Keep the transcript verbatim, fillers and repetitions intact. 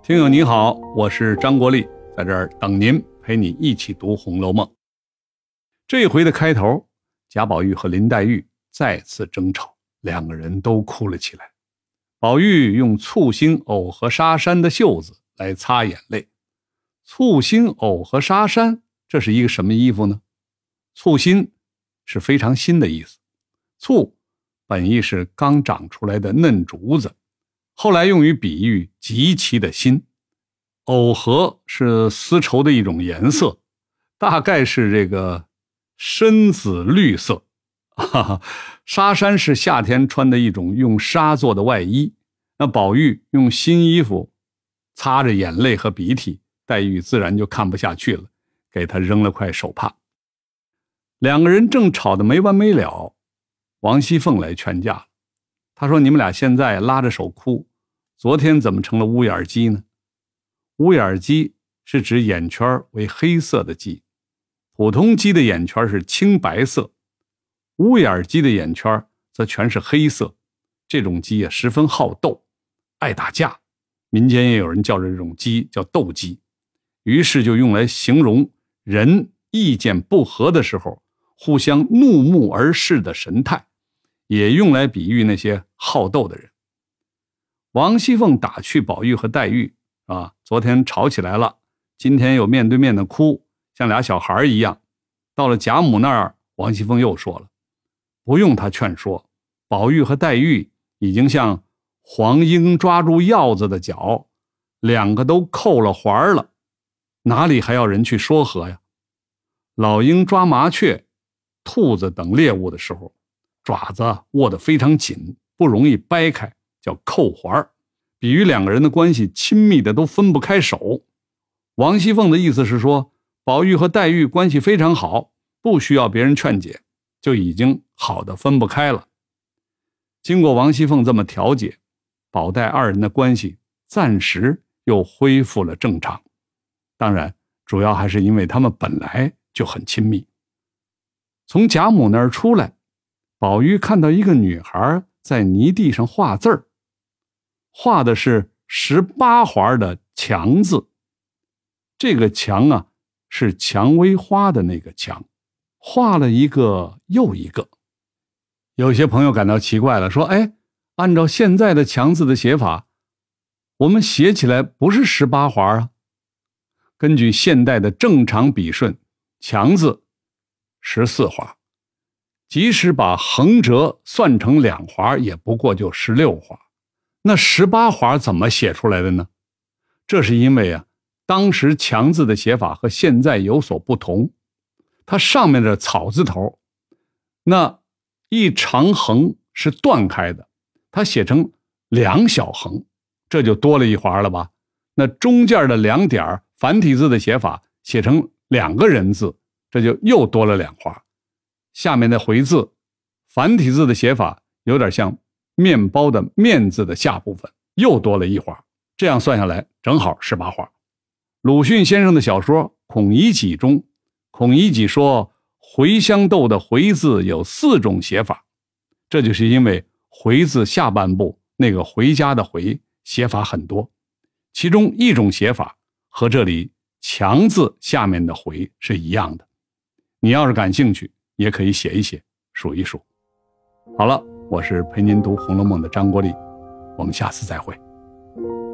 听友你好，我是张国立，在这儿等您，陪你一起读《红楼梦》。这一回的开头，贾宝玉和林黛玉再次争吵，两个人都哭了起来。宝玉用簇新藕和纱衫的袖子来擦眼泪。簇新藕和纱衫，这是一个什么衣服呢？簇新是非常新的意思，簇本意是刚长出来的嫩竹子，后来用于比喻极其的新。藕荷是丝绸的一种颜色，大概是这个深紫绿色。哈哈，纱衫是夏天穿的一种用纱做的外衣。那宝玉用新衣服擦着眼泪和鼻涕，黛玉自然就看不下去了，给他扔了块手帕。两个人正吵得没完没了，王熙凤来劝架了。她说：“你们俩现在拉着手哭，昨天怎么成了乌眼鸡呢？”乌眼鸡是指眼圈为黑色的鸡，普通鸡的眼圈是青白色，乌眼鸡的眼圈则全是黑色。这种鸡也十分好斗，爱打架，民间也有人叫这种鸡叫斗鸡，于是就用来形容人意见不合的时候互相怒目而视的神态，也用来比喻那些好斗的人。王熙凤打趣宝玉和黛玉啊，昨天吵起来了，今天又面对面的哭，像俩小孩一样。到了贾母那儿，王熙凤又说了，不用他劝说，宝玉和黛玉已经像黄莺抓住鹞子的脚，两个都扣了环了，哪里还要人去说和呀？老鹰抓麻雀、兔子等猎物的时候，爪子握得非常紧，不容易掰开，叫扣环，比喻两个人的关系亲密的都分不开手。王熙凤的意思是说，宝玉和黛玉关系非常好，不需要别人劝解，就已经好的分不开了。经过王熙凤这么调解，宝黛二人的关系暂时又恢复了正常。当然，主要还是因为他们本来就很亲密。从贾母那儿出来，宝玉看到一个女孩在泥地上画字儿，画的是十八环的强字。这个强啊，是蔷薇花的那个强，画了一个又一个。有些朋友感到奇怪了，说：“哎，按照现在的强字的写法，我们写起来不是十八环啊。”根据现代的正常笔顺，强字十四环，即使把横折算成两环，也不过就十六环。那十八环怎么写出来的呢？这是因为啊，当时强字的写法和现在有所不同。它上面的草字头，那一长横是断开的，它写成两小横，这就多了一环了吧？那中间的两点繁体字的写法写成两个人字，这就又多了两环。下面的回字繁体字的写法有点像面包的面字的下部分，又多了一环。这样算下来正好十八环。鲁迅先生的小说《孔乙己》中，孔乙己说茴香豆的茴字有四种写法，这就是因为茴字下半部那个回家的回写法很多，其中一种写法和这里强字下面的回是一样的。你要是感兴趣，也可以写一写，数一数。好了，我是陪您读《红楼梦》的张国立，我们下次再会。